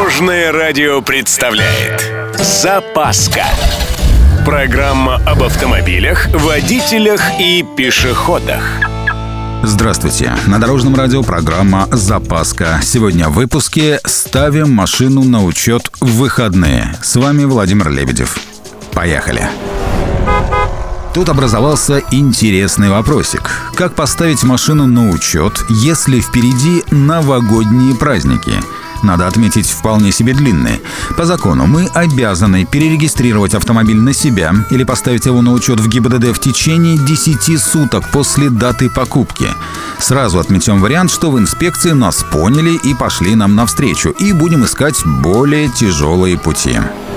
Дорожное радио представляет «Запаска». Программа об автомобилях, водителях и пешеходах. Здравствуйте. На Дорожном радио программа «Запаска». Сегодня в выпуске «Ставим машину на учет в выходные». С вами Владимир Лебедев. Поехали. Тут образовался интересный вопросик. Как поставить машину на учет, если впереди новогодние праздники? Надо отметить, вполне себе длинные. По закону мы обязаны перерегистрировать автомобиль на себя или поставить его на учет в ГИБДД в течение 10 суток после даты покупки. Сразу отметим вариант, что в инспекции нас поняли и пошли нам навстречу, и будем искать более тяжелые пути.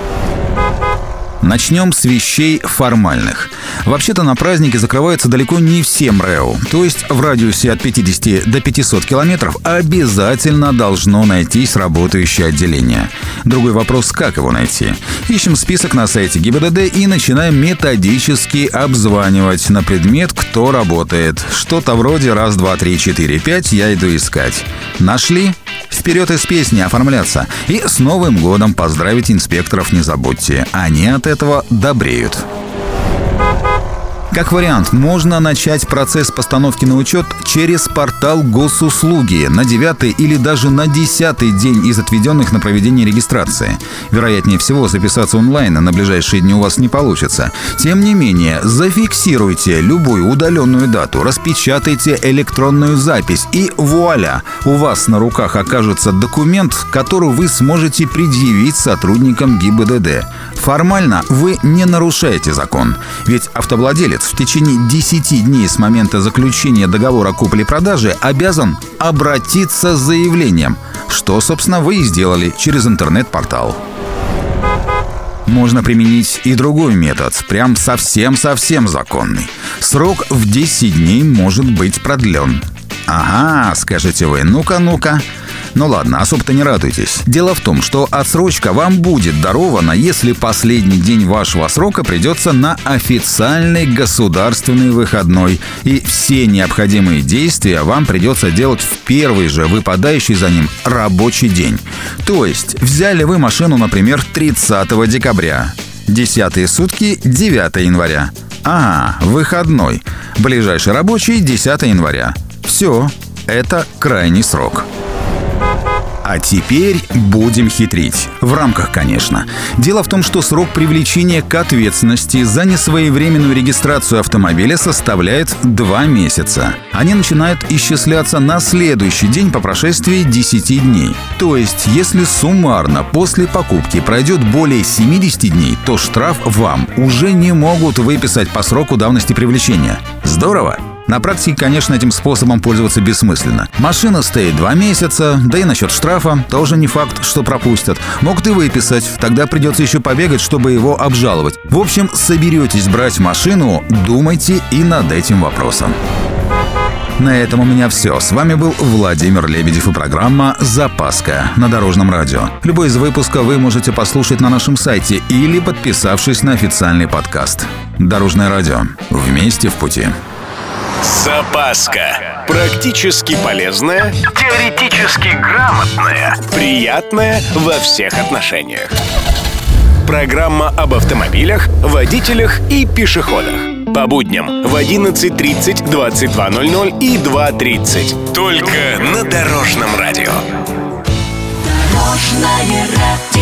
Начнем с вещей формальных. Вообще-то на праздники закрываются далеко не все МРЭО. То есть в радиусе от 50 до 500 километров обязательно должно найтись работающее отделение. Другой вопрос, как его найти? Ищем список на сайте ГИБДД и начинаем методически обзванивать на предмет, кто работает. Что-то вроде раз, два, три, четыре, пять я иду искать. Нашли? Вперед из песни оформляться. И с Новым годом поздравить инспекторов не забудьте. Они от этого добреют. Как вариант, можно начать процесс постановки на учет через портал госуслуги на 9-й или даже на 10-й день из отведенных на проведение регистрации. Вероятнее всего, записаться онлайн на ближайшие дни у вас не получится. Тем не менее, зафиксируйте любую удаленную дату, распечатайте электронную запись и вуаля! У вас на руках окажется документ, который вы сможете предъявить сотрудникам ГИБДД. Формально вы не нарушаете закон, ведь автовладелец в течение 10 дней с момента заключения договора купли-продажи обязан обратиться с заявлением, что, собственно, вы и сделали через интернет-портал. Можно применить и другой метод, прям совсем-совсем законный. Срок в 10 дней может быть продлен. Ага, скажете вы, ну-ка. Ну ладно, особо-то не радуйтесь. Дело в том, что отсрочка вам будет дарована, если последний день вашего срока придется на официальный государственный выходной. И все необходимые действия вам придется делать в первый же выпадающий за ним рабочий день. То есть, взяли вы машину, например, 30 декабря. 10-е сутки 9 января. Ага, выходной. Ближайший рабочий 10 января. Все, это крайний срок. А теперь будем хитрить. В рамках, конечно. Дело в том, что срок привлечения к ответственности за несвоевременную регистрацию автомобиля составляет 2 месяца. Они начинают исчисляться на следующий день по прошествии 10 дней. То есть, если суммарно после покупки пройдет более 70 дней, то штраф вам уже не могут выписать по сроку давности привлечения. Здорово! На практике, конечно, этим способом пользоваться бессмысленно. Машина стоит 2 месяца, да и насчет штрафа тоже не факт, что пропустят. Могут и выписать, тогда придется еще побегать, чтобы его обжаловать. В общем, соберетесь брать машину, думайте и над этим вопросом. На этом у меня все. С вами был Владимир Лебедев и программа «Запаска» на Дорожном радио. Любой из выпусков вы можете послушать на нашем сайте или подписавшись на официальный подкаст. Дорожное радио. Вместе в пути. Запаска. Практически полезная, теоретически грамотная, приятная во всех отношениях. Программа об автомобилях, водителях и пешеходах. По будням в 11:30, 22:00 и 2:30. Только на Дорожном радио. Дорожное радио.